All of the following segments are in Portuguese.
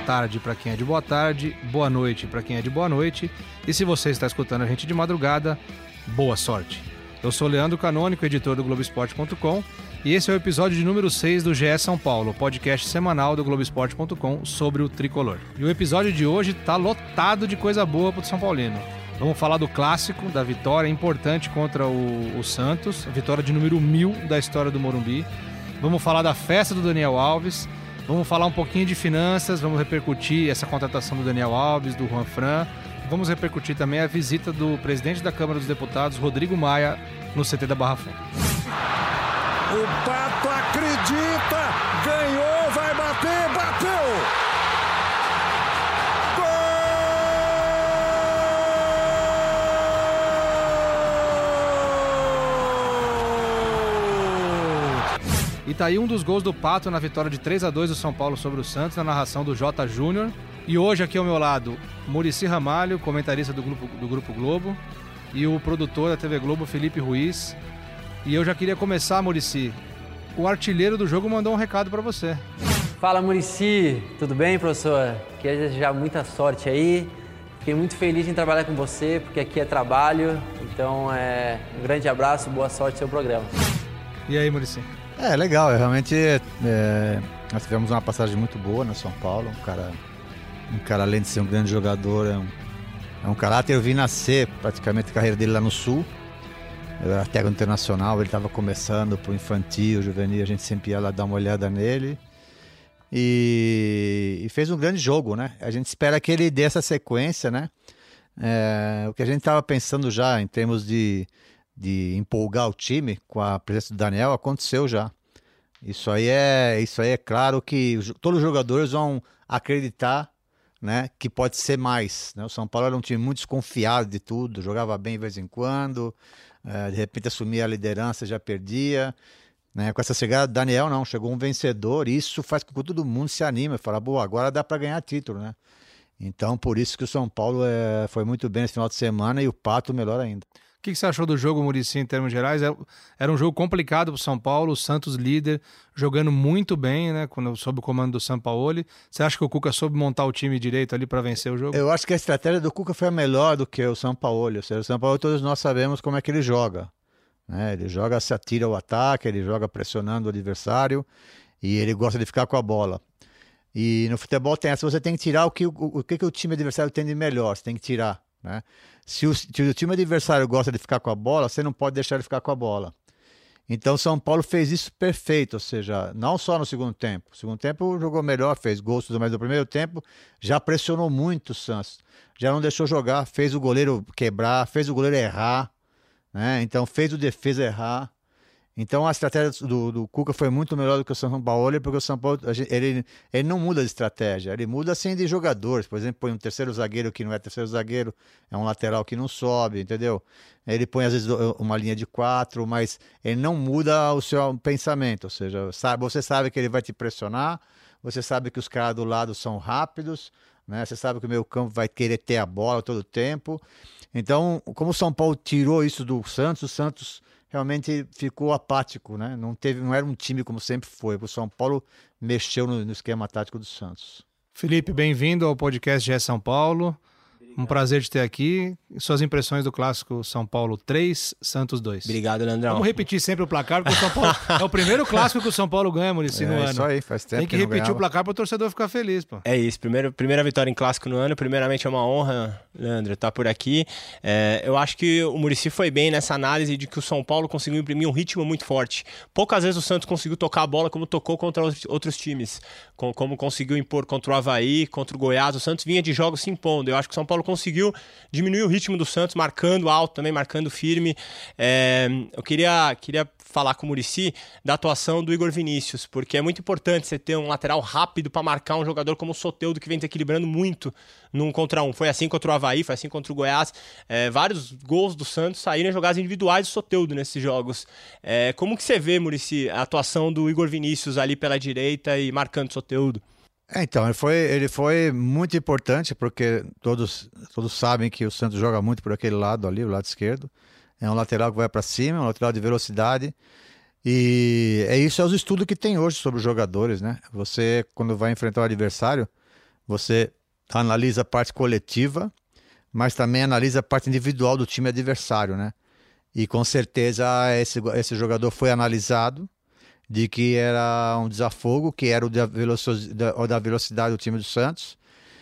tarde para quem é de boa tarde, boa noite para quem é de boa noite, e se você está escutando a gente de madrugada, boa sorte. Eu sou Leandro Canônico, editor do Globoesporte.com, e esse é o episódio de número 6 do GE São Paulo, podcast semanal do Globoesporte.com sobre o tricolor. E o episódio de hoje tá lotado de coisa boa pro São Paulino. Vamos falar do clássico, da vitória importante contra o Santos, a vitória de número 1000 da história do Morumbi. Vamos falar da festa do Daniel Alves, vamos falar um pouquinho de finanças, vamos repercutir essa contratação do Daniel Alves, do Juan Fran. Vamos repercutir também a visita do presidente da Câmara dos Deputados, Rodrigo Maia, no CT da Barra Funda. O Pato acredita, ganhou, vai bater, bateu! E tá aí um dos gols do Pato na vitória de 3-2 do São Paulo sobre o Santos, na narração do Jota Júnior. E hoje aqui ao meu lado, Muricy Ramalho, comentarista do Grupo Globo, e o produtor da TV Globo, Felipe Ruiz. E eu já queria começar, Muricy. O artilheiro do jogo mandou um recado para você. Fala, Muricy. Tudo bem, professor? Queria desejar muita sorte aí. Fiquei muito feliz em trabalhar com você, porque aqui é trabalho. Então, um grande abraço, boa sorte no seu programa. E aí, Muricy? Legal. Realmente, nós tivemos uma passagem muito boa no São Paulo. Um cara, além de ser um grande jogador, é um caráter. Eu vi nascer praticamente a carreira dele lá no Sul. Eu era técnico internacional, ele estava começando pro infantil, juvenil, a gente sempre ia lá dar uma olhada nele. E fez um grande jogo, né? A gente espera que ele dê essa sequência, né? O que a gente estava pensando já em termos de empolgar o time com a presença do Daniel aconteceu já. Isso aí é claro que todos os jogadores vão acreditar, né, que pode ser mais, né? O São Paulo era um time muito desconfiado de tudo, jogava bem de vez em quando, de repente assumia a liderança, já perdia, né? Com essa chegada do Daniel não, chegou um vencedor, e isso faz com que todo mundo se anime, fala, boa, agora dá para ganhar título, né? Então por isso que o São Paulo foi muito bem nesse final de semana e o Pato melhor ainda. O que você achou do jogo, Muricy, em termos gerais? Era um jogo complicado para o São Paulo, o Santos líder, jogando muito bem, né, sob o comando do Sampaoli. Você acha que o Cuca soube montar o time direito ali para vencer o jogo? Eu acho que a estratégia do Cuca foi a melhor do que o Sampaoli. Ou seja, o Sampaoli todos nós sabemos como é que ele joga, né? Ele joga, se atira ao ataque, ele joga pressionando o adversário e ele gosta de ficar com a bola. E no futebol tem essa, você tem que tirar o que o time adversário tem de melhor, você tem que tirar, né? Se o time adversário gosta de ficar com a bola, você não pode deixar ele ficar com a bola. Então o São Paulo fez isso perfeito, ou seja, não só no segundo tempo. No segundo tempo jogou melhor, fez gols, mas no primeiro tempo já pressionou muito o Santos. Já não deixou jogar, fez o goleiro quebrar, fez o goleiro errar, né? Então fez o defesa errar. Então a estratégia do Cuca foi muito melhor do que o São Paulo, porque o São Paulo ele não muda de estratégia, ele muda assim de jogadores. Por exemplo, põe um terceiro zagueiro que não é terceiro zagueiro, é um lateral que não sobe, entendeu? Ele põe às vezes uma linha de 4, mas ele não muda o seu pensamento, ou seja, você sabe que ele vai te pressionar, você sabe que os caras do lado são rápidos, né? Você sabe que o meio campo vai querer ter a bola todo o tempo. Então, como o São Paulo tirou isso do Santos, o Santos realmente ficou apático, né? Não era um time como sempre foi. O São Paulo mexeu no esquema tático do Santos. Felipe, bem-vindo ao podcast GE São Paulo. Um prazer te ter aqui. Suas impressões do clássico São Paulo 3, Santos 2. Obrigado, Leandrão. Vamos repetir sempre o placar, porque o São Paulo é o primeiro clássico que o São Paulo ganha, Muricy, no ano. Isso aí, faz tempo. Tem que repetir o placar para o torcedor ficar feliz, pô. É isso, primeira vitória em clássico no ano. Primeiramente é uma honra, Leandro, estar por aqui. Eu acho que o Muricy foi bem nessa análise de que o São Paulo conseguiu imprimir um ritmo muito forte. Poucas vezes o Santos conseguiu tocar a bola como tocou contra outros times, como conseguiu impor contra o Avaí, contra o Goiás. O Santos vinha de jogos se impondo. Eu acho que o São Paulo conseguiu diminuir o ritmo do Santos, marcando alto também, marcando firme. Eu queria falar com o Muricy da atuação do Igor Vinícius, porque é muito importante você ter um lateral rápido para marcar um jogador como o Soteldo, que vem desequilibrando muito num contra um. Foi assim contra o Avaí, foi assim contra o Goiás. Vários gols do Santos saíram em jogadas individuais do Soteldo nesses jogos. Como que você vê, Muricy, a atuação do Igor Vinícius ali pela direita e marcando o Soteldo? Então, ele foi muito importante, porque todos sabem que o Santos joga muito por aquele lado ali, o lado esquerdo. É um lateral que vai para cima, um lateral de velocidade. E é os estudos que tem hoje sobre os jogadores, né? Você, quando vai enfrentar o adversário, você analisa a parte coletiva, mas também analisa a parte individual do time adversário, né? E com certeza esse jogador foi analisado de que era um desafogo, que era o da velocidade do time do Santos.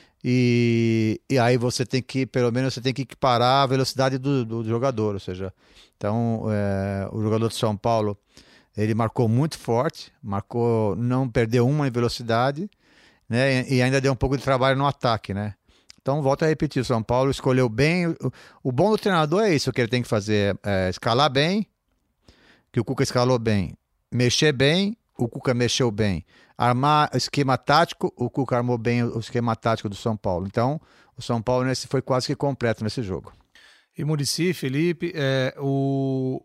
E aí você tem que, pelo menos, você tem que equiparar a velocidade do jogador, ou seja, então o jogador de São Paulo, ele marcou muito forte, não perdeu uma em velocidade, né? E ainda deu um pouco de trabalho no ataque, né? Então, volto a repetir, o São Paulo escolheu bem. O bom do treinador é isso que ele tem que fazer, escalar bem, que o Cuca escalou bem, mexer bem, o Cuca mexeu bem, armar esquema tático, o Cuca armou bem o esquema tático do São Paulo. Então, o São Paulo foi quase que completo nesse jogo. E Muricy, Felipe, o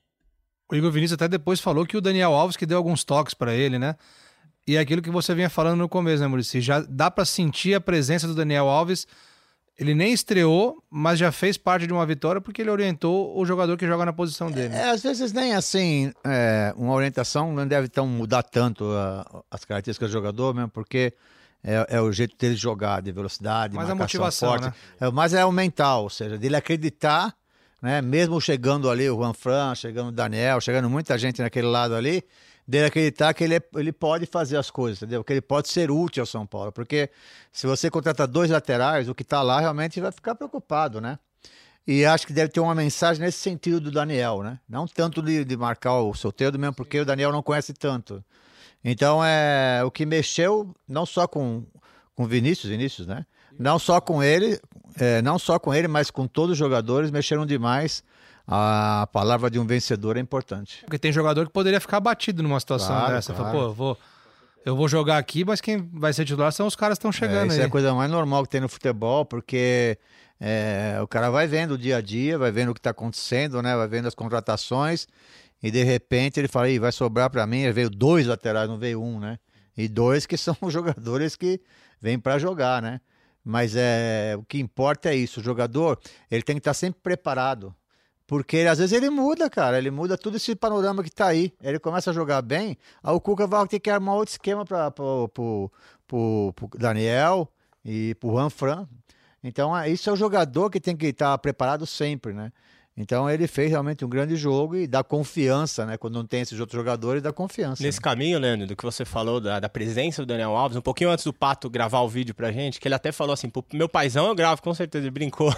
Igor Vinícius até depois falou que o Daniel Alves que deu alguns toques para ele, né? E é aquilo que você vinha falando no começo, né, Muricy? Já dá para sentir a presença do Daniel Alves. Ele nem estreou, mas já fez parte de uma vitória porque ele orientou o jogador que joga na posição dele. Às vezes nem assim, uma orientação não deve mudar tanto as características do jogador, mesmo porque é o jeito dele jogar, de velocidade, mas a marcação motivação, forte. Né? Mas é o mental, ou seja, dele acreditar, né? Mesmo chegando ali o Juanfran, chegando o Daniel, chegando muita gente naquele lado ali, dele acreditar que ele pode fazer as coisas, entendeu? Que ele pode ser útil ao São Paulo, porque se você contrata 2 laterais, o que está lá realmente vai ficar preocupado, né? E acho que deve ter uma mensagem nesse sentido do Daniel, né? Não tanto de marcar o Soteldo mesmo, porque o Daniel não conhece tanto. Então, o que mexeu, não só com Vinícius, né? Não só com ele, mas com todos os jogadores, mexeram demais. A palavra de um vencedor é importante. Porque tem jogador que poderia ficar batido numa situação dessa. Claro. Fala, eu vou jogar aqui, mas quem vai ser titular são os caras que estão chegando aí. Isso é a coisa mais normal que tem no futebol, porque o cara vai vendo o dia a dia, vai vendo o que está acontecendo, né? Vai vendo as contratações e de repente ele fala, vai sobrar para mim. Veio 2 laterais, não veio um, né? E 2 que são os jogadores que vêm para jogar, né? Mas o que importa é isso. O jogador, ele tem que estar sempre preparado. Porque às vezes ele muda, cara. Ele muda todo esse panorama que tá aí. Ele começa a jogar bem, aí o Cuca vai ter que armar outro esquema pro Daniel e pro Juanfran. Então, isso é o jogador que tem que estar preparado sempre, né? Então ele fez realmente um grande jogo e dá confiança, né? Quando não tem esses outros jogadores, dá confiança. Nesse caminho, Leandro, do que você falou da presença do Daniel Alves, um pouquinho antes do Pato gravar o vídeo pra gente, que ele até falou assim, meu paizão eu gravo, com certeza, ele brincou.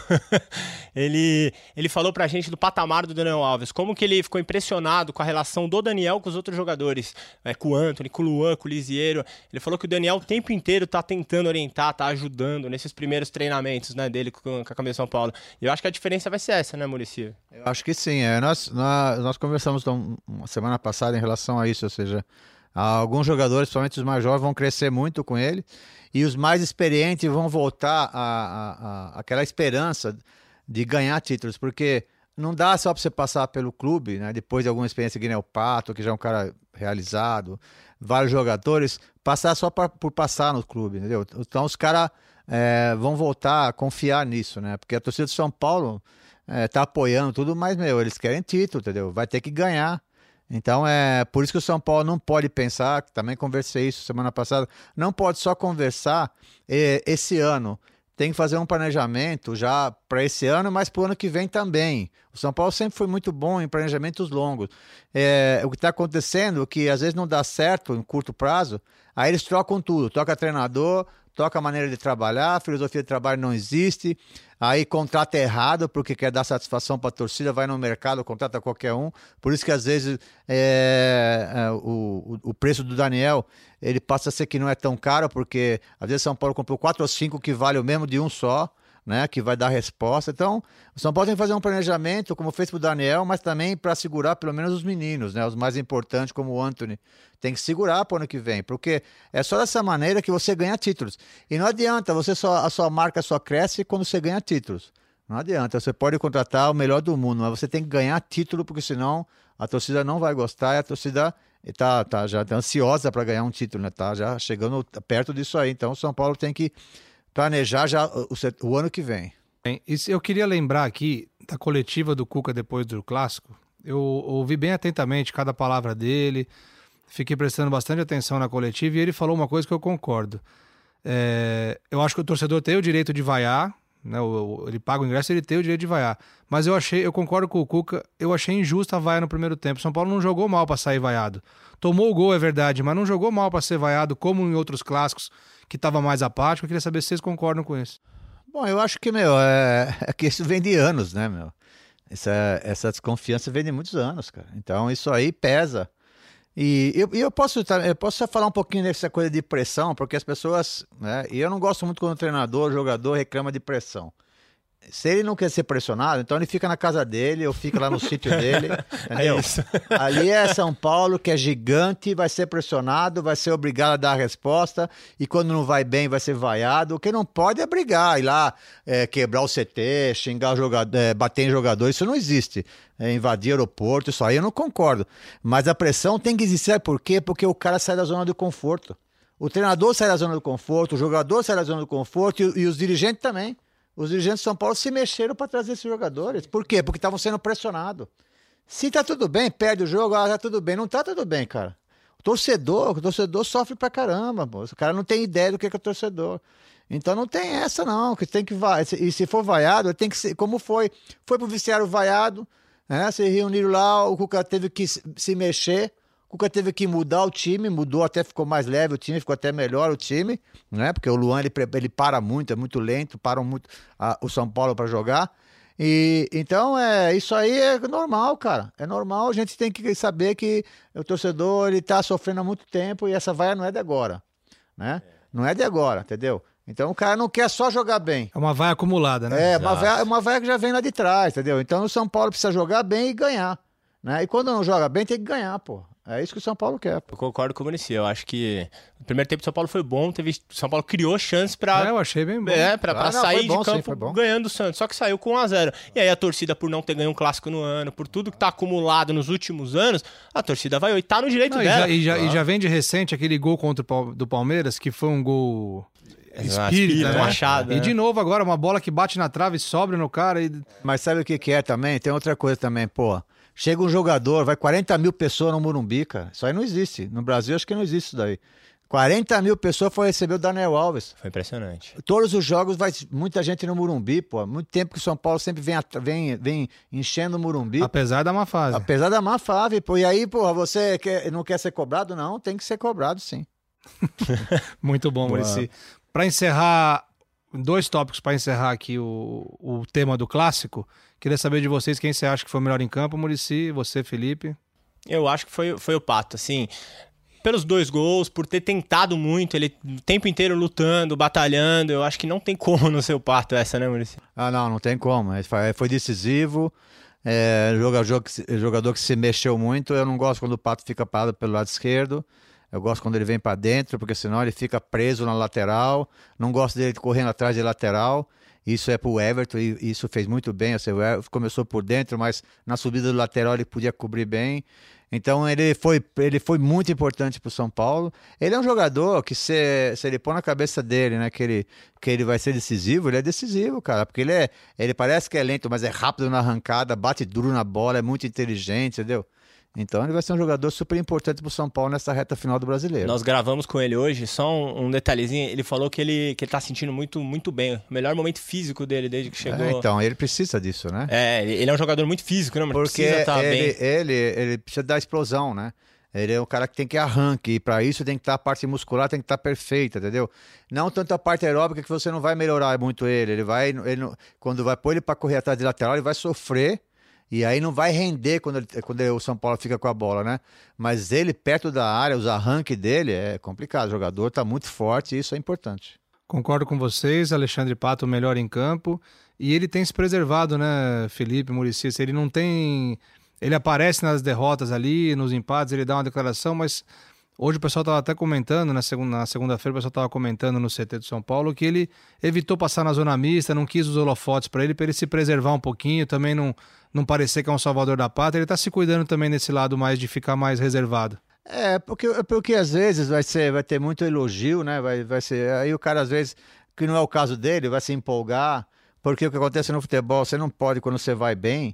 ele falou pra gente do patamar do Daniel Alves, como que ele ficou impressionado com a relação do Daniel com os outros jogadores, com o Antony, com o Luan, com o Lisiero. Ele falou que o Daniel o tempo inteiro tá tentando orientar, tá ajudando nesses primeiros treinamentos, né, dele com a camisa de São Paulo. E eu acho que a diferença vai ser essa, né, Muricy? Eu acho que sim. Nós conversamos uma semana passada em relação a isso, ou seja, alguns jogadores, principalmente os mais jovens, vão crescer muito com ele e os mais experientes vão voltar àquela esperança de ganhar títulos, porque não dá só para você passar pelo clube, né, depois de alguma experiência que nem o Pato, que já é um cara realizado, vários jogadores, passar só por passar no clube, entendeu? Então os caras vão voltar a confiar nisso, né, porque a torcida de São Paulo tá apoiando tudo, mas, eles querem título, entendeu? Vai ter que ganhar. Então, por isso que o São Paulo não pode pensar, também conversei isso semana passada, não pode só conversar esse ano. Tem que fazer um planejamento já para esse ano, mas para o ano que vem também. O São Paulo sempre foi muito bom em planejamentos longos. O que está acontecendo é que às vezes não dá certo em curto prazo, aí eles trocam tudo, troca treinador, troca a maneira de trabalhar, a filosofia de trabalho não existe, aí contrata errado porque quer dar satisfação para a torcida, vai no mercado, contrata qualquer um, por isso que às vezes o preço do Daniel, ele passa a ser que não é tão caro, porque às vezes São Paulo comprou 4 ou 5 que vale o mesmo de um só, né, que vai dar resposta. Então, o São Paulo tem que fazer um planejamento, como fez para o Daniel, mas também para segurar pelo menos os meninos, né, os mais importantes, como o Antony. Tem que segurar para o ano que vem, porque é só dessa maneira que você ganha títulos. E não adianta, a sua marca só cresce quando você ganha títulos. Não adianta, você pode contratar o melhor do mundo, mas você tem que ganhar título, porque senão a torcida não vai gostar e a torcida já tá ansiosa para ganhar um título, né? Tá já chegando perto disso aí. Então, o São Paulo tem que planejar já o ano que vem. Eu queria lembrar aqui da coletiva do Cuca depois do Clássico. Eu ouvi bem atentamente cada palavra dele, fiquei prestando bastante atenção na coletiva e ele falou uma coisa que eu concordo. Eu acho que o torcedor tem o direito de vaiar, né? Ele paga o ingresso, ele tem o direito de vaiar. Mas eu concordo com o Cuca, eu achei injusta a vaia no primeiro tempo. São Paulo não jogou mal para sair vaiado. Tomou o gol, é verdade, mas não jogou mal para ser vaiado, como em outros clássicos, que estava mais apático. Eu queria saber se vocês concordam com isso. Bom, eu acho que, é que isso vem de anos, né, meu? Essa desconfiança vem de muitos anos, cara. Então isso aí pesa. E eu posso falar um pouquinho dessa coisa de pressão, porque as pessoas, né, e eu não gosto muito quando o treinador, o jogador reclama de pressão. Se ele não quer ser pressionado, então ele fica na casa dele, ou fica lá no sítio dele, entendeu? Ali é São Paulo, que é gigante, vai ser pressionado, vai ser obrigado a dar a resposta, e quando não vai bem vai ser vaiado. O que não pode é brigar, ir lá quebrar o CT, xingar o jogador, bater em jogador, isso não existe. Invadir aeroporto, isso aí eu não concordo. Mas a pressão tem que existir, sabe por quê? Porque o cara sai da zona do conforto. O treinador sai da zona do conforto, o jogador sai da zona do conforto e os dirigentes também. Os dirigentes de São Paulo se mexeram para trazer esses jogadores. Por quê? Porque estavam sendo pressionados. Se tá tudo bem, perde o jogo, tá tudo bem. Não tá tudo bem, cara. O torcedor sofre pra caramba, pô. O cara não tem ideia do que é torcedor. Então não tem essa, não. Que tem que e se for vaiado, tem que ser como foi. Foi pro vestiário vaiado, né? Se reuniram lá, o Cuca teve que se mexer. O Cuca teve que mudar o time, mudou, até ficou mais leve o time, ficou até melhor o time, né? Porque o Luan ele para muito, é muito lento, para muito o São Paulo para jogar. E então isso aí é normal, cara. É normal, a gente tem que saber que o torcedor ele tá sofrendo há muito tempo e essa vaia não é de agora, né? Não é de agora, entendeu? Então o cara não quer só jogar bem. É uma vaia acumulada, né? Uma vaia que já vem lá de trás, entendeu? Então o São Paulo precisa jogar bem e ganhar, né? E quando não joga bem tem que ganhar, pô. É isso que o São Paulo quer. Eu concordo com o Muricy. Eu acho que o primeiro tempo do São Paulo foi bom. O São Paulo criou chance pra... eu achei bem bom. Pra sair de campo ganhando o Santos. Só que saiu com 1-0. E aí a torcida, por não ter ganho um clássico no ano, por tudo que tá acumulado nos últimos anos, a torcida vai e tá no direito dela. E já vem de recente aquele gol do Palmeiras, que foi um gol... espírita, né? Machado, e de novo agora, uma bola que bate na trave, sobra no cara. Mas sabe o que é também? Tem outra coisa também, pô. Chega um jogador, vai 40 mil pessoas no Morumbi, cara. Isso aí não existe. No Brasil, acho que não existe isso daí. 40 mil pessoas foram receber o Daniel Alves. Foi impressionante. Todos os jogos vai muita gente no Morumbi, pô. Muito tempo que o São Paulo sempre vem enchendo o Morumbi. Apesar da má fase. Apesar da má fase, pô. E aí, pô, você não quer ser cobrado? Não, tem que ser cobrado, sim. Muito bom, Muricy. Para encerrar, 2 tópicos para encerrar aqui o tema do clássico. Queria saber de vocês quem você acha que foi o melhor em campo, Muricy, você, Felipe. Eu acho que foi o Pato, assim, pelos 2 gols, por ter tentado muito, ele o tempo inteiro lutando, batalhando, eu acho que não tem como não ser o Pato essa, né, Muricy? Não tem como, foi decisivo, jogador que se mexeu muito. Eu não gosto quando o Pato fica parado pelo lado esquerdo. Eu gosto quando ele vem para dentro, porque senão ele fica preso na lateral. Não gosto dele correndo atrás de lateral. Isso é pro Everton e isso fez muito bem. Assim, o Everton começou por dentro, mas na subida do lateral ele podia cobrir bem. Então ele foi muito importante pro São Paulo. Ele é um jogador que se ele pôr na cabeça dele, né, que ele vai ser decisivo, ele é decisivo, cara. Porque ele parece que é lento, mas é rápido na arrancada, bate duro na bola, é muito inteligente, entendeu? Então ele vai ser um jogador super importante pro São Paulo nessa reta final do Brasileiro. Nós gravamos com ele hoje, só um detalhezinho, ele falou que ele tá sentindo muito, muito bem, o melhor momento físico dele desde que chegou. Então, ele precisa disso, né? Ele é um jogador muito físico, né? Mas porque precisa estar bem. Ele precisa dar explosão, né? Ele é um cara que tem que arranque, e para isso tem que estar a parte muscular, tem que estar perfeita, entendeu? Não tanto a parte aeróbica que você não vai melhorar muito ele. Quando vai pôr ele para correr atrás de lateral, ele vai sofrer. E aí não vai render quando o São Paulo fica com a bola, né? Mas ele perto da área, os arranques dele é complicado. O jogador está muito forte e isso é importante. Concordo com vocês, Alexandre Pato o melhor em campo. E ele tem se preservado, né, Felipe, Muricy? Ele não tem... Ele aparece nas derrotas ali, nos empates, ele dá uma declaração, mas hoje o pessoal estava até comentando, na segunda-feira o pessoal estava comentando no CT do São Paulo que ele evitou passar na zona mista, não quis os holofotes para ele se preservar um pouquinho, também não parecer que é um salvador da pátria. Ele está se cuidando também nesse lado mais de ficar mais reservado. Porque às vezes vai ter muito elogio, né? Vai ser, aí o cara às vezes, que não é o caso dele, vai se empolgar, porque o que acontece no futebol, você não pode, quando você vai bem,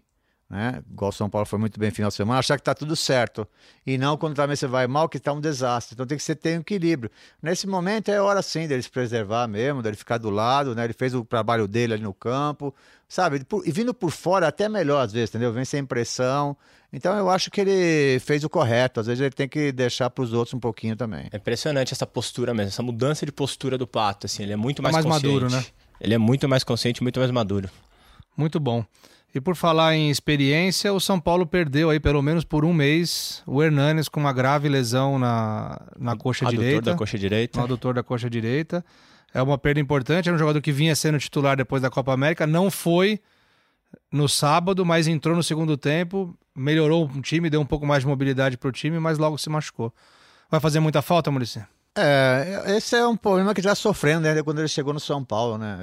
né? Igual o São Paulo foi muito bem no final de semana, achar que tá tudo certo. E não quando também você vai mal, que tá um desastre. Então tem que ter um equilíbrio. Nesse momento é hora sim dele se preservar mesmo, dele ficar do lado, né? Ele fez o trabalho dele ali no campo, sabe? E vindo por fora até melhor às vezes, entendeu? Vem sem pressão. Então eu acho que ele fez o correto. Às vezes ele tem que deixar para os outros um pouquinho também. É impressionante essa postura mesmo, essa mudança de postura do Pato, assim, ele é muito mais mais consciente. maduro, né? Ele é muito mais consciente, muito mais maduro. Muito bom. E por falar em experiência, o São Paulo perdeu aí pelo menos por um mês o Hernanes com uma grave lesão na coxa direita. Adutor da coxa direita. No adutor da coxa direita. É uma perda importante, era um jogador que vinha sendo titular depois da Copa América, não foi no sábado, mas entrou no segundo tempo, melhorou o time, deu um pouco mais de mobilidade para o time, mas logo se machucou. Vai fazer muita falta, Muricy? Esse é um problema que já sofrendo, né, quando ele chegou no São Paulo, né?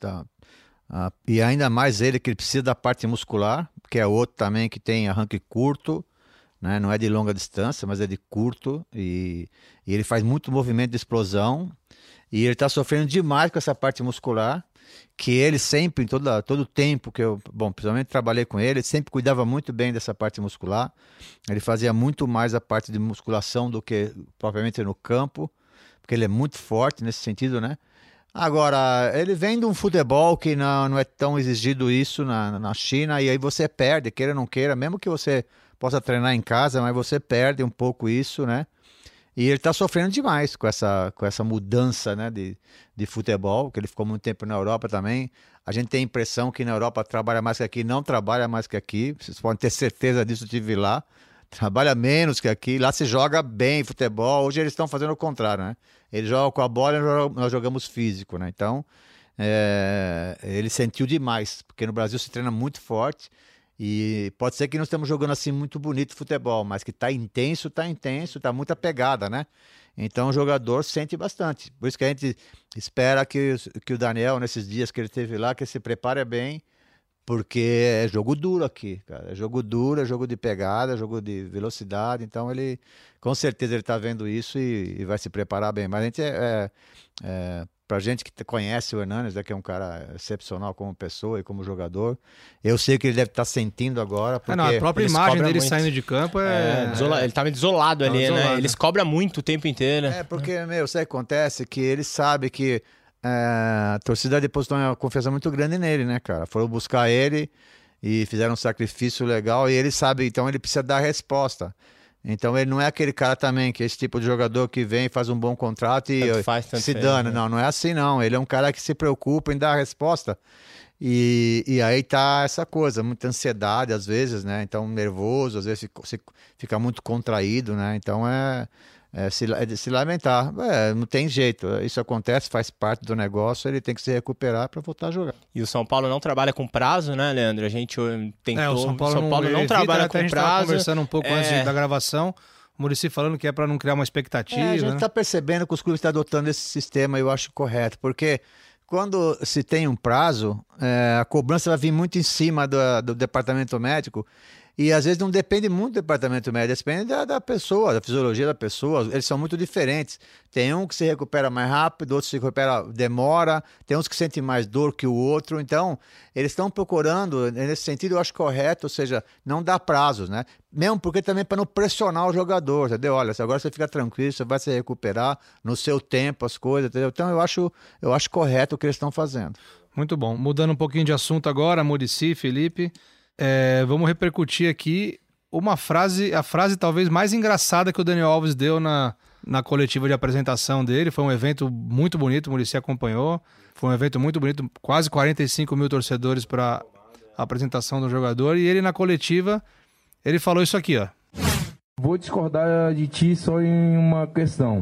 E ainda mais ele, que ele precisa da parte muscular, que é outro também que tem arranque curto, né? Não é de longa distância, mas é de curto, e ele faz muito movimento de explosão, e ele está sofrendo demais com essa parte muscular, que ele sempre, em todo o tempo que eu, principalmente trabalhei com ele sempre cuidava muito bem dessa parte muscular. Ele fazia muito mais a parte de musculação do que propriamente no campo, porque ele é muito forte nesse sentido, né? Agora, ele vem de um futebol que não é tão exigido isso na China, e aí você perde, queira ou não queira, mesmo que você possa treinar em casa, mas você perde um pouco isso, né? E ele está sofrendo demais com essa mudança, né, de futebol, que ele ficou muito tempo na Europa também. A gente tem a impressão que na Europa trabalha mais que aqui, não trabalha mais que aqui, vocês podem ter certeza disso, eu estive lá. Trabalha menos que aqui, lá se joga bem futebol, hoje eles estão fazendo o contrário, né? Eles jogam com a bola e nós jogamos físico, né? Então, ele sentiu demais, porque no Brasil se treina muito forte, e pode ser que não estamos jogando assim muito bonito futebol, mas que tá intenso, tá muita pegada, né? Então o jogador sente bastante. Por isso que a gente espera que o Daniel, nesses dias que ele esteve lá, que ele se prepare bem, porque é jogo duro aqui, cara. É jogo duro, é jogo de pegada, é jogo de velocidade. Então ele, com certeza, ele tá vendo isso e vai se preparar bem. Mas a gente pra gente que conhece o Hernanes, que é um cara excepcional como pessoa e como jogador, eu sei que ele deve estar sentindo agora. Porque a própria imagem dele saindo de campo ele tá meio desolado ali, né? Eles cobram muito o tempo inteiro. Porque, sabe o que acontece? Que ele sabe que a torcida depositou uma confiança muito grande nele, né, cara? Foram buscar ele e fizeram um sacrifício legal, e ele sabe, então ele precisa dar a resposta. Então ele não é aquele cara também, que é esse tipo de jogador que vem, faz um bom contrato e se dana. Né? Não é assim não. Ele é um cara que se preocupa em dar a resposta. E aí tá essa coisa, muita ansiedade às vezes, né? Então nervoso, às vezes fica muito contraído, né? Então é de se lamentar. Não tem jeito. Isso acontece, faz parte do negócio, ele tem que se recuperar para voltar a jogar. E o São Paulo não trabalha com prazo, né, Leandro? A gente tentou. O São Paulo não trabalha com prazo. A gente estava conversando um pouco antes da gravação. O Muricy falando que é para não criar uma expectativa. A gente está percebendo que os clubes estão adotando esse sistema, eu acho correto, porque quando se tem um prazo, a cobrança vai vir muito em cima do departamento médico. E às vezes não depende muito do departamento médico, depende da pessoa, da fisiologia da pessoa. Eles são muito diferentes. Tem um que se recupera mais rápido, outro se recupera, demora. Tem uns que sentem mais dor que o outro. Então, eles estão procurando, nesse sentido, eu acho correto, ou seja, não dar prazos, né? Mesmo porque também para não pressionar o jogador, entendeu? Olha, agora você fica tranquilo, você vai se recuperar no seu tempo, as coisas, entendeu? Então, eu acho correto o que eles estão fazendo. Muito bom. Mudando um pouquinho de assunto agora, Muricy, Felipe... vamos repercutir aqui a frase talvez mais engraçada que o Daniel Alves deu na coletiva de apresentação dele. Foi um evento muito bonito, o Muricy acompanhou. Foi um evento muito bonito, quase 45 mil torcedores para a apresentação do jogador. E ele na coletiva, ele falou isso aqui, ó. Vou discordar de ti só em uma questão.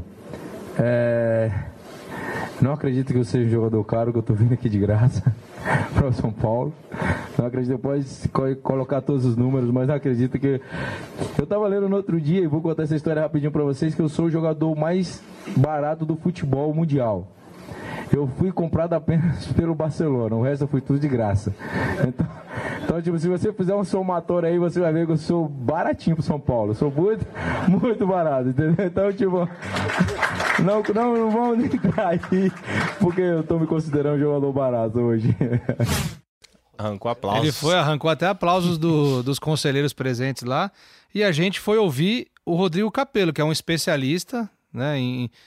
Não acredito que eu seja um jogador caro, que eu tô vindo aqui de graça para o São Paulo. Não acredito, pode colocar todos os números, mas não acredito que... Eu tava lendo no outro dia, e vou contar essa história rapidinho para vocês, que eu sou o jogador mais barato do futebol mundial. Eu fui comprado apenas pelo Barcelona, o resto eu fui tudo de graça. Então, tipo, se você fizer um somatório aí, você vai ver que eu sou baratinho pro São Paulo. Eu sou muito, muito barato, entendeu? Então, tipo... Não vamos nem cair, porque eu tô me considerando um jogador barato hoje. Arrancou aplausos. Ele foi, arrancou até aplausos dos conselheiros presentes lá. E a gente foi ouvir o Rodrigo Capello, que é um especialista, né,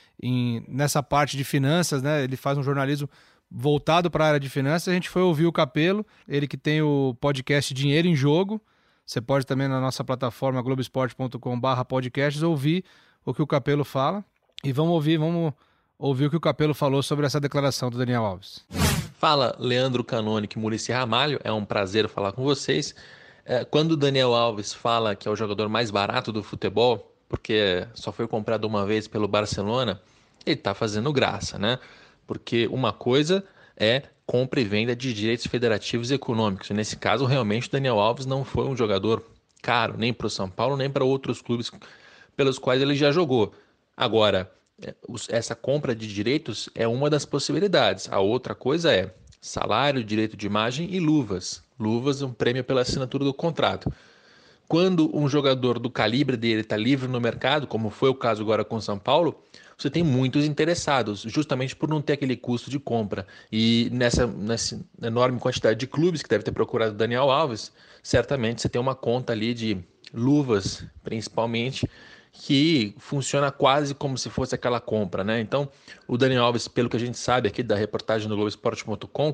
nessa parte de finanças, né? Ele faz um jornalismo voltado para a área de finanças. A gente foi ouvir o Capello, ele que tem o podcast Dinheiro em Jogo. Você pode também na nossa plataforma globesport.com/podcasts ouvir o que o Capello fala. E vamos ouvir o que o Capello falou sobre essa declaração do Daniel Alves. Fala, Leandro Canônico e Muricy Ramalho, é um prazer falar com vocês. Quando o Daniel Alves fala que é o jogador mais barato do futebol, porque só foi comprado uma vez pelo Barcelona, ele está fazendo graça, né? Porque uma coisa é compra e venda de direitos federativos e econômicos. Nesse caso, realmente, o Daniel Alves não foi um jogador caro, nem para o São Paulo, nem para outros clubes pelos quais ele já jogou. Agora, essa compra de direitos é uma das possibilidades. A outra coisa é salário, direito de imagem e luvas. Luvas é um prêmio pela assinatura do contrato. Quando um jogador do calibre dele está livre no mercado, como foi o caso agora com o São Paulo, você tem muitos interessados, justamente por não ter aquele custo de compra. E nessa enorme quantidade de clubes que deve ter procurado o Daniel Alves, certamente você tem uma conta ali de luvas, principalmente, que funciona quase como se fosse aquela compra, né? Então, o Daniel Alves, pelo que a gente sabe aqui da reportagem do Globesport.com,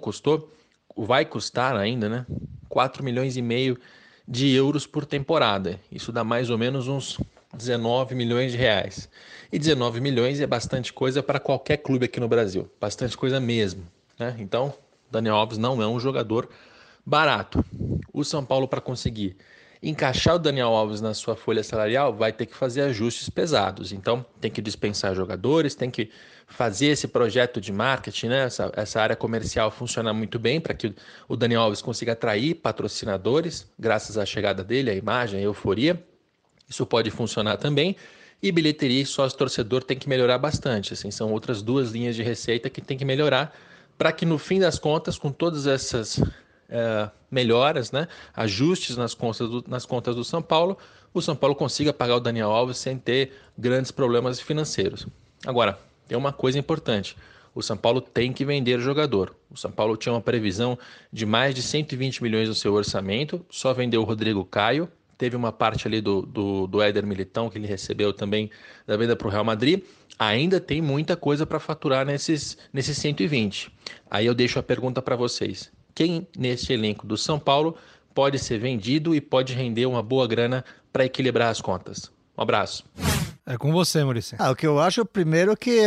vai custar ainda, né? 4,5 milhões de euros por temporada. Isso dá mais ou menos uns 19 milhões de reais. E 19 milhões é bastante coisa para qualquer clube aqui no Brasil. Bastante coisa mesmo, né? Então, Daniel Alves não é um jogador barato. O São Paulo, para conseguir encaixar o Daniel Alves na sua folha salarial, vai ter que fazer ajustes pesados. Então, tem que dispensar jogadores, tem que fazer esse projeto de marketing, né? Essa área comercial funcionar muito bem para que o Daniel Alves consiga atrair patrocinadores, graças à chegada dele, a imagem, a euforia. Isso pode funcionar também. E bilheteria e sócio-torcedor tem que melhorar bastante. Assim, são outras duas linhas de receita que tem que melhorar para que, no fim das contas, com todas essas melhoras, né, ajustes nas contas do São Paulo, o São Paulo consiga pagar o Daniel Alves sem ter grandes problemas financeiros. Agora, tem uma coisa importante. O São Paulo tem que vender o jogador. O São Paulo tinha uma previsão de mais de 120 milhões no seu orçamento, só vendeu o Rodrigo Caio, teve uma parte ali do Éder Militão que ele recebeu também da venda para o Real Madrid. Ainda tem muita coisa para faturar nesses 120. Aí eu deixo a pergunta para vocês. Quem neste elenco do São Paulo pode ser vendido e pode render uma boa grana para equilibrar as contas? Um abraço. É com você, Muricy. O que eu acho primeiro que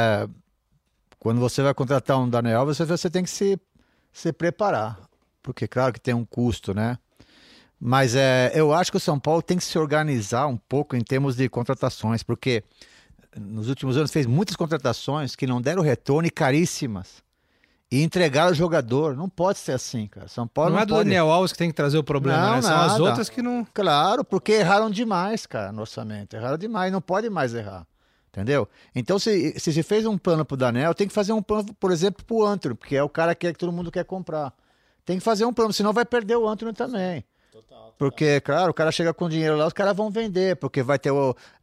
quando você vai contratar um Daniel Alves, você tem que se preparar. Porque claro que tem um custo, né? Mas eu acho que o São Paulo tem que se organizar um pouco em termos de contratações, porque nos últimos anos fez muitas contratações que não deram retorno e caríssimas. E entregar o jogador. Não pode ser assim, cara. São Paulo não é do Daniel Alves que tem que trazer o problema, não, né? São nada. as outras que não... Claro, porque erraram demais, cara, no orçamento. Erraram demais, não pode mais errar. Entendeu? Então, se fez um plano pro Daniel, tem que fazer um plano, por exemplo, pro Antony, porque é o cara que todo mundo quer comprar. Tem que fazer um plano, senão vai perder o Antony também. Total. Porque, claro, o cara chega com dinheiro lá, os caras vão vender, porque vai ter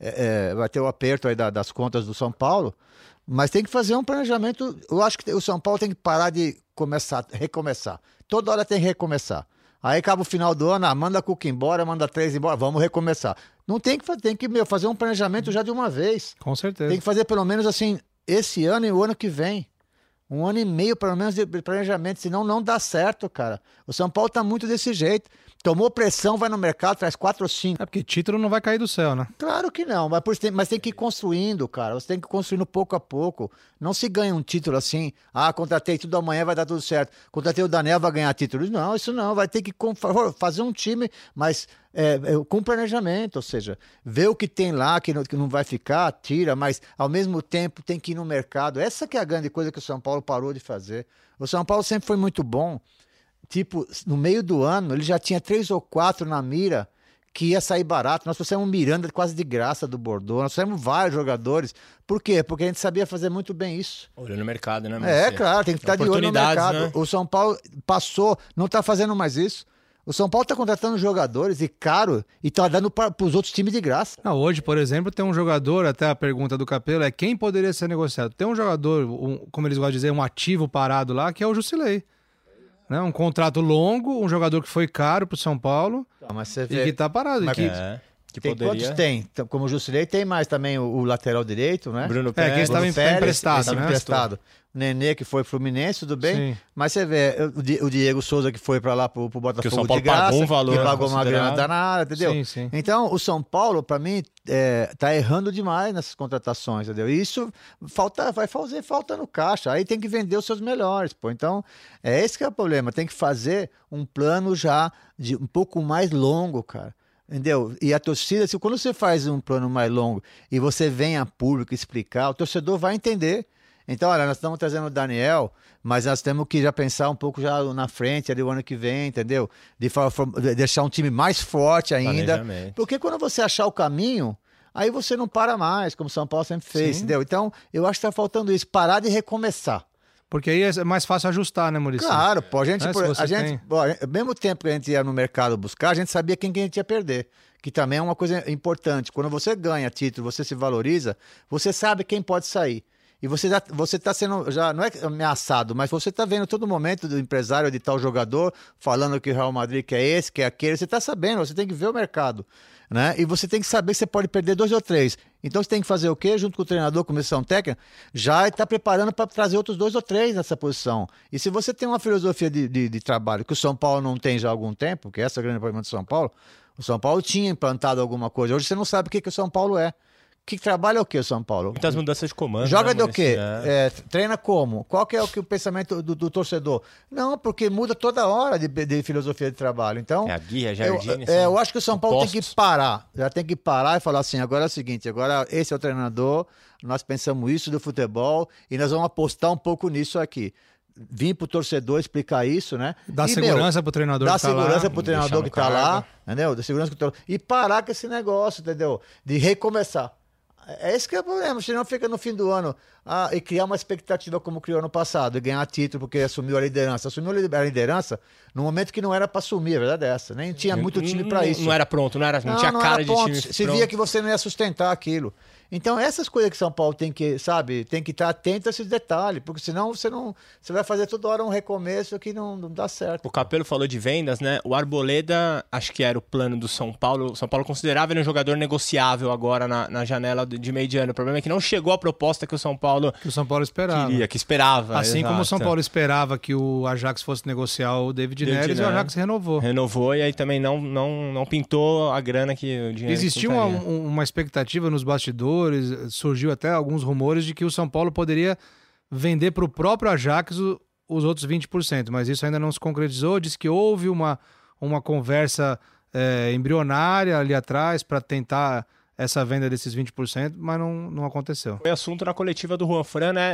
o aperto aí das contas do São Paulo. Mas tem que fazer um planejamento. Eu acho que o São Paulo tem que parar de recomeçar. Toda hora tem que recomeçar. Aí acaba o final do ano, manda a Cuca embora, manda 3 embora, vamos recomeçar. Não tem que fazer um planejamento já de uma vez. Com certeza. Tem que fazer pelo menos assim, esse ano e o ano que vem. 1 ano e meio, pelo menos, de planejamento, senão não dá certo, cara. O São Paulo tá muito desse jeito. Tomou pressão, vai no mercado, traz 4 ou 5. É porque título não vai cair do céu, né? Claro que não, mas tem que ir construindo, cara. Você tem que ir construindo pouco a pouco. Não se ganha um título assim, contratei tudo amanhã, vai dar tudo certo. Contratei o Daniel, vai ganhar título. Não, isso não. Vai ter que fazer um time, mas com planejamento. Ou seja, ver o que tem lá, que não vai ficar, tira, mas ao mesmo tempo tem que ir no mercado. Essa que é a grande coisa que o São Paulo parou de fazer. O São Paulo sempre foi muito bom. Tipo, no meio do ano, ele já tinha 3 ou 4 na mira que ia sair barato. Nós trouxemos um Miranda quase de graça do Bordeaux. Nós trouxemos vários jogadores. Por quê? Porque a gente sabia fazer muito bem isso. Olhando no mercado, né? Claro, tem que estar de olho no mercado. Né? O São Paulo passou, não está fazendo mais isso. O São Paulo está contratando jogadores e caro e está dando para os outros times de graça. Não, hoje, por exemplo, tem um jogador, até a pergunta do Capello é quem poderia ser negociado. Tem um jogador, como eles gostam de dizer, um ativo parado lá, que é o Jusilei. né? Um contrato longo, um jogador que foi caro pro São Paulo Mas você e vê... que tá parado. Mas que tem poderia... quantos tem? Então, como o Jusilei, tem mais também o lateral direito, né? Bruno Que Pérez. esse estava emprestado, estava né? emprestado. O Nenê, que foi Fluminense, tudo bem. Sim. Mas você vê, o Diego Souza, que foi para lá pro Botafogo Que o São de Paulo graça, pagou um valor que pagou uma grana considerável. danada, entendeu? Sim, sim. Então, o São Paulo, para mim, tá errando demais nessas contratações, entendeu? E isso vai fazer falta no caixa. Aí tem que vender os seus melhores, pô. Então, esse que é o problema. Tem que fazer um plano já de um pouco mais longo, cara. Entendeu? E a torcida, quando você faz um plano mais longo e você vem a público explicar, o torcedor vai entender. Então, olha, nós estamos trazendo o Daniel, mas nós temos que já pensar um pouco já na frente, ali o ano que vem, entendeu? De deixar um time mais forte ainda. Porque quando você achar o caminho, aí você não para mais, como o São Paulo sempre fez, entendeu? Então, eu acho que está faltando isso, parar de recomeçar. Porque aí é mais fácil ajustar, né, Muricy? Claro, pô, a gente, Tem... ao mesmo tempo que a gente ia no mercado buscar, a gente sabia quem que a gente ia perder, que também é uma coisa importante. Quando você ganha título, você se valoriza, você sabe quem pode sair. E você está sendo, já não é ameaçado, mas você está vendo todo momento do empresário de tal jogador falando que o Real Madrid quer esse, quer aquele, você está sabendo, você tem que ver o mercado. Né? E você tem que saber que você pode perder 2 ou 3. Então você tem que fazer o quê? Junto com o treinador, comissão técnica, já está preparando para trazer outros 2 ou 3 nessa posição. E se você tem uma filosofia de trabalho que o São Paulo não tem já há algum tempo, que esse é o grande problema do São Paulo, o São Paulo tinha implantado alguma coisa. Hoje você não sabe o que o São Paulo é. Que trabalho é o que o São Paulo? Muitas mudanças de comando. Joga né, do quê? Treina como? Qual que é o pensamento do torcedor? Não, porque muda toda hora de filosofia de trabalho. Então, a Guia, Jardine. eu acho que o São Paulo tem que parar. Já tem que parar e falar assim, agora é o seguinte, agora esse é o treinador, nós pensamos isso do futebol e nós vamos apostar um pouco nisso aqui. Vim pro torcedor explicar isso, né? Dá segurança pro treinador que tá lá. Dá segurança pro treinador que tá lá, entendeu? Dá segurança e parar com esse negócio, entendeu? De recomeçar. É esse que é o problema, senão fica no fim do ano e criar uma expectativa como criou ano passado, e ganhar título porque assumiu a liderança. Assumiu a liderança no momento que não era para assumir, a verdade é essa. Nem tinha muito time para isso. Não era pronto, não tinha cara de time. Se via que você não ia sustentar aquilo. Então, essas coisas que São Paulo tem que, sabe, tem que estar atento a esses detalhes, porque senão você vai fazer toda hora um recomeço que não dá certo. O Capello falou de vendas, né? O Arboleda, acho que era o plano do São Paulo. O São Paulo considerava ele um jogador negociável agora na janela de meio de ano. O problema é que não chegou a proposta que o São Paulo esperava. queria, que esperava. Assim exato. como o São Paulo esperava que o Ajax fosse negociar o David Neres, e o Ajax renovou. Renovou e aí também não pintou a grana que o dinheiro Existia uma expectativa nos bastidores, surgiu até alguns rumores de que o São Paulo poderia vender para o próprio Ajax os outros 20%, mas isso ainda não se concretizou. Diz que houve uma conversa embrionária ali atrás para tentar essa venda desses 20%, mas não aconteceu. Foi assunto na coletiva do Juan Fran, né?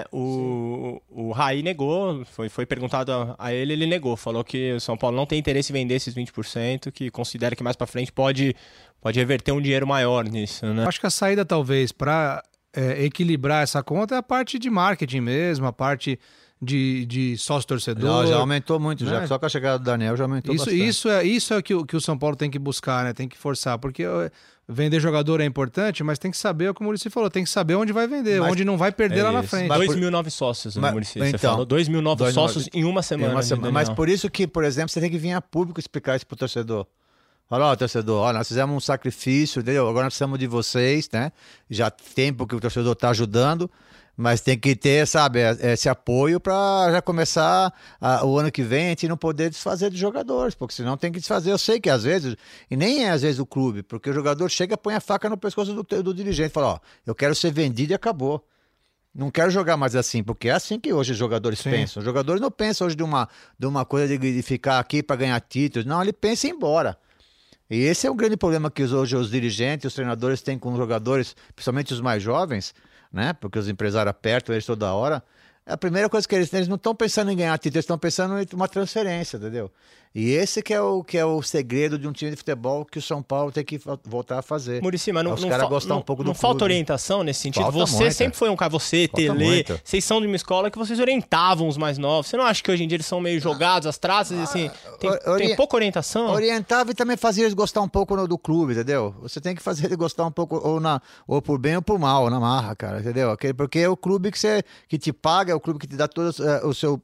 O Raí negou, foi perguntado a ele negou, falou que o São Paulo não tem interesse em vender esses 20%, que considera que mais para frente pode reverter um dinheiro maior nisso, né? Acho que a saída talvez para equilibrar essa conta é a parte de marketing mesmo, a parte de sócio-torcedor. Já aumentou muito, né? Já só com a chegada do Daniel já aumentou bastante. Isso é o que o São Paulo tem que buscar, né? Tem que forçar, porque vender jogador é importante, mas tem que saber, como o Muricy falou, tem que saber onde vai vender, onde não vai perder lá na frente. 2.000 novos sócios, né, Muricy? Você falou 2.000 novos sócios em uma semana. Mas por isso que, por exemplo, você tem que vir a público explicar isso pro torcedor. Fala, ó, torcedor, nós fizemos um sacrifício, entendeu? Agora nós precisamos de vocês, né? Já tem tempo que o torcedor está ajudando, mas tem que ter, sabe, esse apoio para já começar o ano que vem a gente não poder desfazer de jogadores, porque senão tem que desfazer. Eu sei que às vezes, e nem é às vezes o clube, porque o jogador chega e põe a faca no pescoço do dirigente, fala, ó, eu quero ser vendido e acabou. Não quero jogar mais assim, porque é assim que hoje os jogadores pensam. Os jogadores não pensam hoje de uma coisa de ficar aqui para ganhar títulos, não, ele pensa em ir embora. E esse é um grande problema que hoje os dirigentes, os treinadores têm com os jogadores, principalmente os mais jovens, né? Porque os empresários apertam eles toda hora. A primeira coisa que eles não estão pensando em ganhar título, eles estão pensando em uma transferência, entendeu? E esse que é o segredo de um time de futebol que o São Paulo tem que voltar a fazer. Muricy, mas os caras gostam um pouco do não falta clube. orientação nesse sentido? Falta Você muita. sempre foi um cara, você, Falta Tele, muito. vocês são de uma escola que vocês orientavam os mais novos. Você não acha que hoje em dia eles são meio jogados, as traças, assim, tem pouca orientação? Orientava e também fazia eles gostar um pouco do clube, entendeu? Você tem que fazer ele gostar um pouco, ou por bem ou por mal, na marra, cara, entendeu? Porque é o clube que te paga, é o clube que te dá todos o seu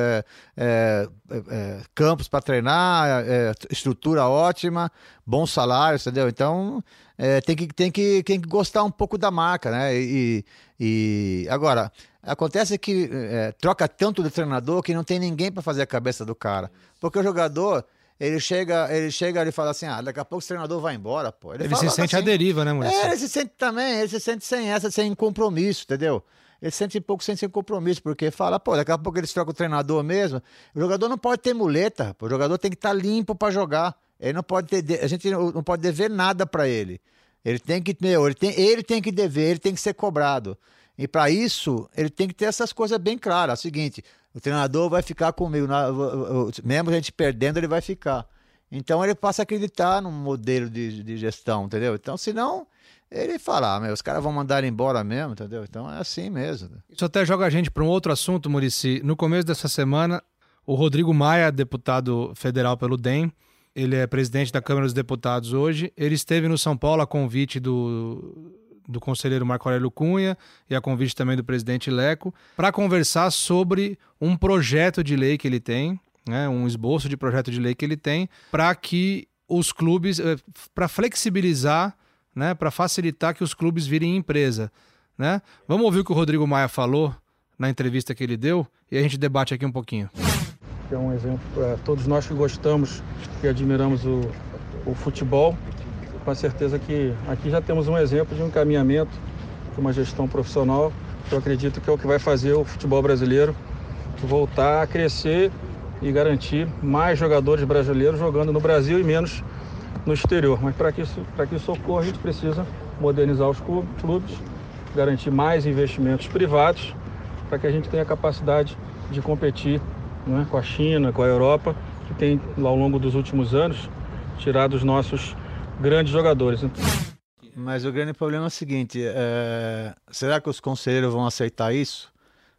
campos para treinar, estrutura ótima, bons salários, entendeu? Então tem que gostar um pouco da marca, né? E agora acontece que troca tanto de treinador que não tem ninguém para fazer a cabeça do cara, porque o jogador ele chega e fala assim, daqui a pouco o treinador vai embora, pô. Ele se sente à deriva, né, Muricy? Ele se sente também, ele se sente sem compromisso, entendeu? Ele se sente um pouco sem compromisso, porque fala, pô, daqui a pouco eles trocam o treinador mesmo. O jogador não pode ter muleta, pô. O jogador tem que estar limpo para jogar. Ele não pode a gente não pode dever nada para ele. Ele tem que dever, ele tem que ser cobrado. E para isso, ele tem que ter essas coisas bem claras. É o seguinte, o treinador vai ficar comigo, mesmo a gente perdendo, ele vai ficar. Então ele passa a acreditar num modelo de gestão, entendeu? Então, senão, ele fala, os caras vão mandar ele embora mesmo, entendeu? Então é assim mesmo. Isso até joga a gente para um outro assunto, Muricy. No começo dessa semana, o Rodrigo Maia, deputado federal pelo DEM, ele é presidente da Câmara dos Deputados hoje, ele esteve no São Paulo a convite do conselheiro Marco Aurélio Cunha e a convite também do presidente Leco, para conversar sobre um projeto de lei que ele tem, né, um esboço de projeto de lei que ele tem, para que os clubes, para flexibilizar, né, para facilitar que os clubes virem empresa, né? Vamos ouvir o que o Rodrigo Maia falou na entrevista que ele deu e a gente debate aqui um pouquinho. É um exemplo para todos nós que gostamos e admiramos o futebol. Com certeza que aqui já temos um exemplo de um encaminhamento, de uma gestão profissional, que eu acredito que é o que vai fazer o futebol brasileiro voltar a crescer e garantir mais jogadores brasileiros jogando no Brasil e menos no exterior. Mas para que isso ocorra, a gente precisa modernizar os clubes, garantir mais investimentos privados, para que a gente tenha a capacidade de competir, né, com a China, com a Europa, que tem, ao longo dos últimos anos, tirado os nossos grandes jogadores. Mas o grande problema é o seguinte, será que os conselheiros vão aceitar isso?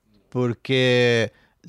Porque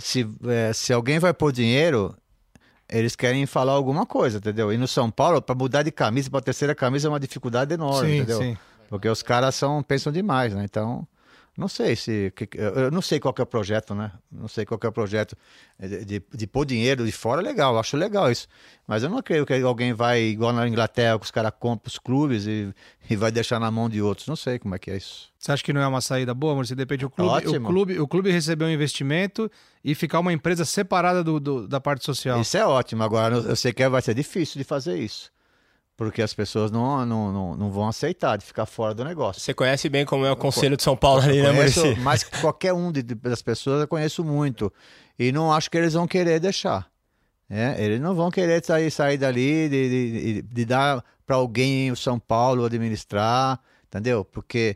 se alguém vai pôr dinheiro, eles querem falar alguma coisa, entendeu? E no São Paulo, para mudar de camisa para a terceira camisa é uma dificuldade enorme, sim, entendeu? Sim. Porque os caras pensam demais, né? Então, não sei eu não sei qual que é o projeto, né? Não sei qual que é o projeto de pôr dinheiro de fora, legal, acho legal isso. Mas eu não creio que alguém vai, igual na Inglaterra, que os caras compram os clubes e vai deixar na mão de outros. Não sei como é que é isso. Você acha que não é uma saída boa, Maurício? De repente Ótimo. o clube receber um investimento e ficar uma empresa separada da parte social. Isso é ótimo. Agora, eu sei que vai ser difícil de fazer isso. Porque as pessoas não vão aceitar de ficar fora do negócio. Você conhece bem como é o Conselho de São Paulo ali, né, Muricy? Mas qualquer um das pessoas eu conheço muito. E não acho que eles vão querer deixar. Eles não vão querer sair dali de dar para alguém o São Paulo administrar, entendeu? Porque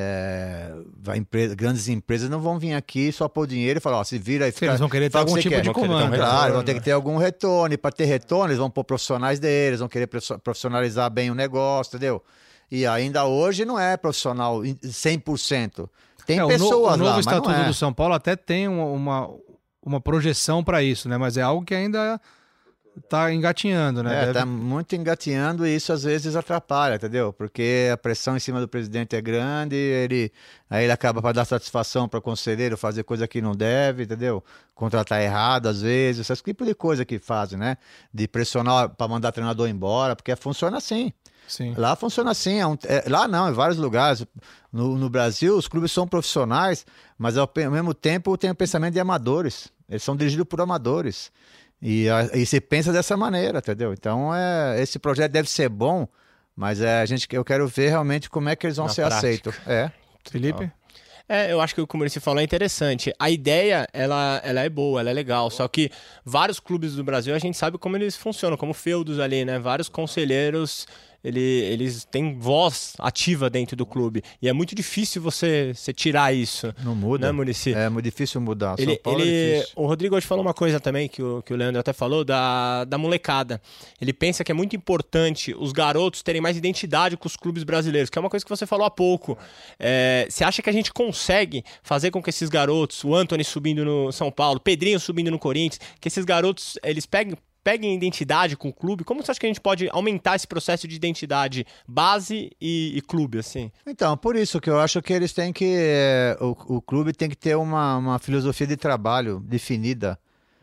grandes empresas não vão vir aqui só por dinheiro e falar, se vira e fica... Eles vão querer ter algum tipo de comando. Claro, vão ter que ter algum retorno. E para ter retorno, eles vão pôr profissionais deles, vão querer profissionalizar bem o negócio, entendeu? E ainda hoje não é profissional 100%. Tem pessoas lá, mas não é. O novo Estatuto do São Paulo até tem uma projeção para isso, né? Mas é algo que ainda está engatinhando, né? Está muito engatinhando e isso às vezes atrapalha, entendeu? Porque a pressão em cima do presidente é grande, aí ele acaba para dar satisfação para o conselheiro fazer coisa que não deve, entendeu? Contratar errado às vezes, esse tipo de coisa que fazem, né? De pressionar para mandar treinador embora, porque funciona assim. Sim. Lá funciona assim, lá não, em vários lugares. No Brasil, os clubes são profissionais, mas ao mesmo tempo tem o pensamento de amadores. Eles são dirigidos por amadores. E se pensa dessa maneira, entendeu? Então, esse projeto deve ser bom, mas eu quero ver realmente como é que eles vão ser aceitos. Felipe? Eu acho que o que o Muricy falou é interessante. A ideia, ela é boa, ela é legal, só que vários clubes do Brasil, a gente sabe como eles funcionam, como feudos ali, né? Vários conselheiros eles têm voz ativa dentro do clube. E é muito difícil você tirar isso. Não muda. Né, Muricy? É muito difícil mudar. São Paulo é difícil. O Rodrigo hoje falou uma coisa também, que o Leandro até falou, da molecada. Ele pensa que é muito importante os garotos terem mais identidade com os clubes brasileiros, que é uma coisa que você falou há pouco. Você acha que a gente consegue fazer com que esses garotos, o Antony subindo no São Paulo, Pedrinho subindo no Corinthians, que esses garotos, eles peguem identidade com o clube? Como você acha que a gente pode aumentar esse processo de identidade base e clube, assim? Então, por isso que eu acho que eles têm que... o clube tem que ter uma filosofia de trabalho definida.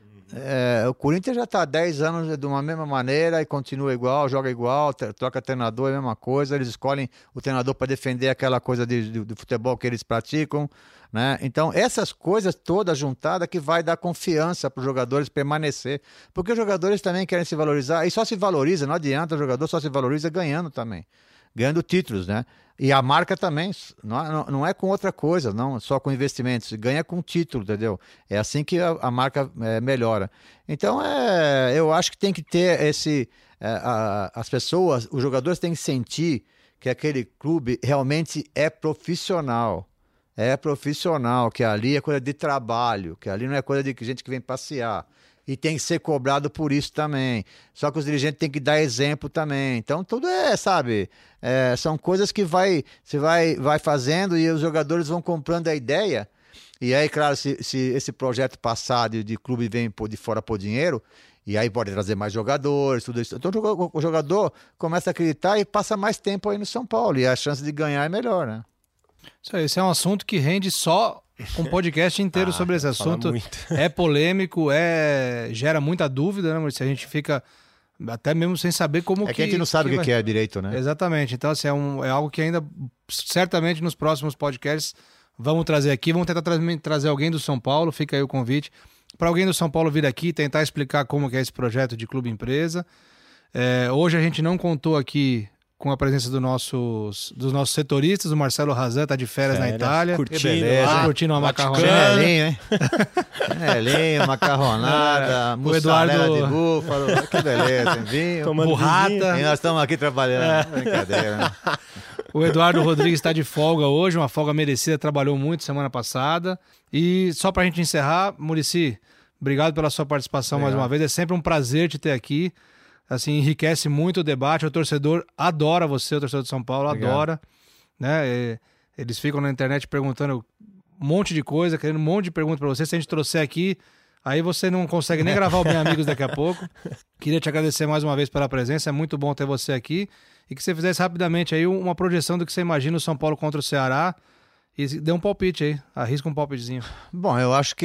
O Corinthians já está há 10 anos de uma mesma maneira e continua igual, joga igual, troca treinador, é a mesma coisa. Eles escolhem o treinador para defender aquela coisa do futebol que eles praticam, né? Então, essas coisas todas juntadas que vai dar confiança para os jogadores permanecer. Porque os jogadores também querem se valorizar e só se valoriza, não adianta, o jogador só se valoriza ganhando também. Ganhando títulos, né? E a marca também, não é com outra coisa, não só com investimentos, ganha com título, entendeu? É assim que a marca melhora. Então, eu acho que tem que ter as pessoas, os jogadores têm que sentir que aquele clube realmente é profissional. É profissional, que ali é coisa de trabalho, que ali não é coisa de gente que vem passear. E tem que ser cobrado por isso também. Só que os dirigentes têm que dar exemplo também. Então, tudo sabe, são coisas que você vai fazendo e os jogadores vão comprando a ideia. E aí, claro, se esse projeto passar de clube vem de fora por dinheiro, e aí pode trazer mais jogadores, tudo isso. Então, o jogador começa a acreditar e passa mais tempo aí no São Paulo. E a chance de ganhar é melhor, né? Isso aí, esse é um assunto que rende só um podcast inteiro sobre esse assunto. É polêmico, gera muita dúvida, né, Maurício? A gente fica até mesmo sem saber como que... É que a gente não sabe o que é direito, né? Exatamente. Então, assim, é algo que ainda, certamente, nos próximos podcasts vamos trazer aqui. Vamos tentar trazer alguém do São Paulo, fica aí o convite, para alguém do São Paulo vir aqui tentar explicar como que é esse projeto de clube-empresa. Hoje a gente não contou aqui com a presença dos nossos setoristas. O Marcelo Razan está de férias na Itália. Curtindo uma macarronada. Chinelinho, hein? Chinelinho, macarronada, mussarela de búfalo. Que beleza, hein? Vinho, burrata. E nós estamos aqui trabalhando. Brincadeira, né? O Eduardo Rodrigues está de folga hoje, uma folga merecida, trabalhou muito semana passada. E só para a gente encerrar, Muricy, obrigado pela sua participação mais uma vez. É sempre um prazer te ter aqui. Assim, enriquece muito o debate. O torcedor adora você, o torcedor de São Paulo adora, né? Eles ficam na internet perguntando um monte de coisa, querendo um monte de perguntas para você. Se a gente trouxer aqui, aí você não consegue nem gravar o Bem Amigos daqui a pouco. Queria te agradecer mais uma vez pela presença, é muito bom ter você aqui. E que você fizesse rapidamente aí uma projeção do que você imagina o São Paulo contra o Ceará. E dê um palpite aí, arrisca um palpitezinho. Bom, eu acho que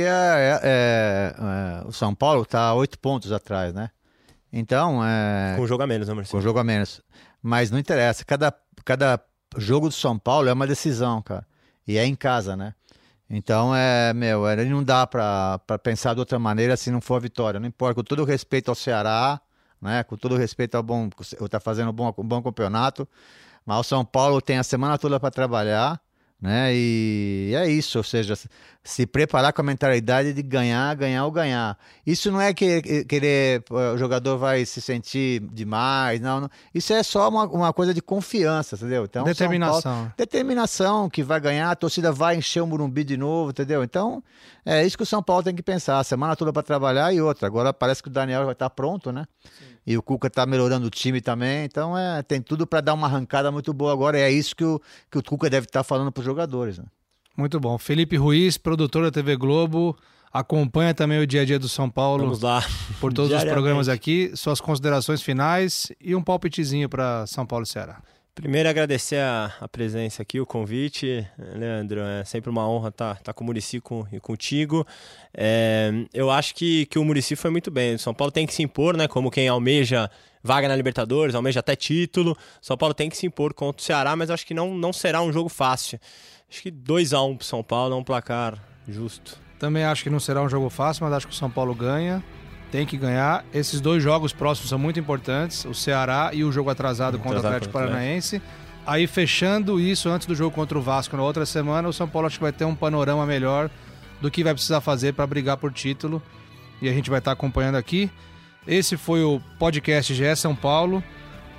o São Paulo está 8 pontos atrás, né? Então, com jogo a menos, né, Marcelo? Com jogo a menos. Mas não interessa. Cada jogo do São Paulo é uma decisão, cara. E é em casa, né? Então, não dá para pensar de outra maneira se não for a vitória. Não importa, com todo o respeito ao Ceará, né? Com todo o respeito ao tá fazendo um bom campeonato. Mas o São Paulo tem a semana toda para trabalhar, né? E é isso, ou seja, se preparar com a mentalidade de ganhar ou ganhar. Isso não é querer o jogador vai se sentir demais, não. Isso é só uma coisa de confiança, entendeu? Então, determinação que vai ganhar, a torcida vai encher o Morumbi de novo, entendeu? Então, é isso que o São Paulo tem que pensar, a semana toda para trabalhar e outra. Agora parece que o Daniel vai estar pronto, né? Sim. E o Cuca está melhorando o time também, então tem tudo para dar uma arrancada muito boa agora. E é isso que o Cuca deve estar falando para os jogadores, né? Muito bom. Felipe Ruiz, produtor da TV Globo, acompanha também o dia a dia do São Paulo. Vamos lá. Por todos os programas aqui. Suas considerações finais e um palpitezinho para São Paulo e Ceará. Primeiro, agradecer a presença aqui, o convite. Leandro, é sempre uma honra estar com o Muricy e contigo. Eu acho que o Muricy foi muito bem. O São Paulo tem que se impor, né? Como quem almeja vaga na Libertadores, almeja até título. São Paulo tem que se impor contra o Ceará, mas acho que não será um jogo fácil. Acho que 2-1 pro São Paulo é um placar justo. Também acho que não será um jogo fácil, mas acho que o São Paulo ganha. Tem que ganhar. Esses 2 jogos próximos são muito importantes. O Ceará e o jogo atrasado contra o Atlético Paranaense. Aí, fechando isso antes do jogo contra o Vasco na outra semana, o São Paulo acho que vai ter um panorama melhor do que vai precisar fazer para brigar por título. E a gente vai estar acompanhando aqui. Esse foi o podcast GE São Paulo,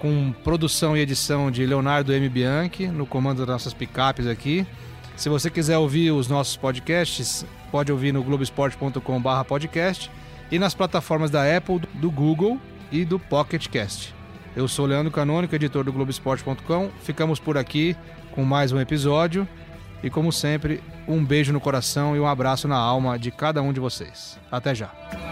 com produção e edição de Leonardo M. Bianchi, no comando das nossas picapes aqui. Se você quiser ouvir os nossos podcasts, pode ouvir no globesport.com/podcast e nas plataformas da Apple, do Google e do Pocket Cast. Eu sou Leandro Canônico, editor do globesport.com. Ficamos por aqui com mais um episódio e, como sempre, um beijo no coração e um abraço na alma de cada um de vocês. Até já!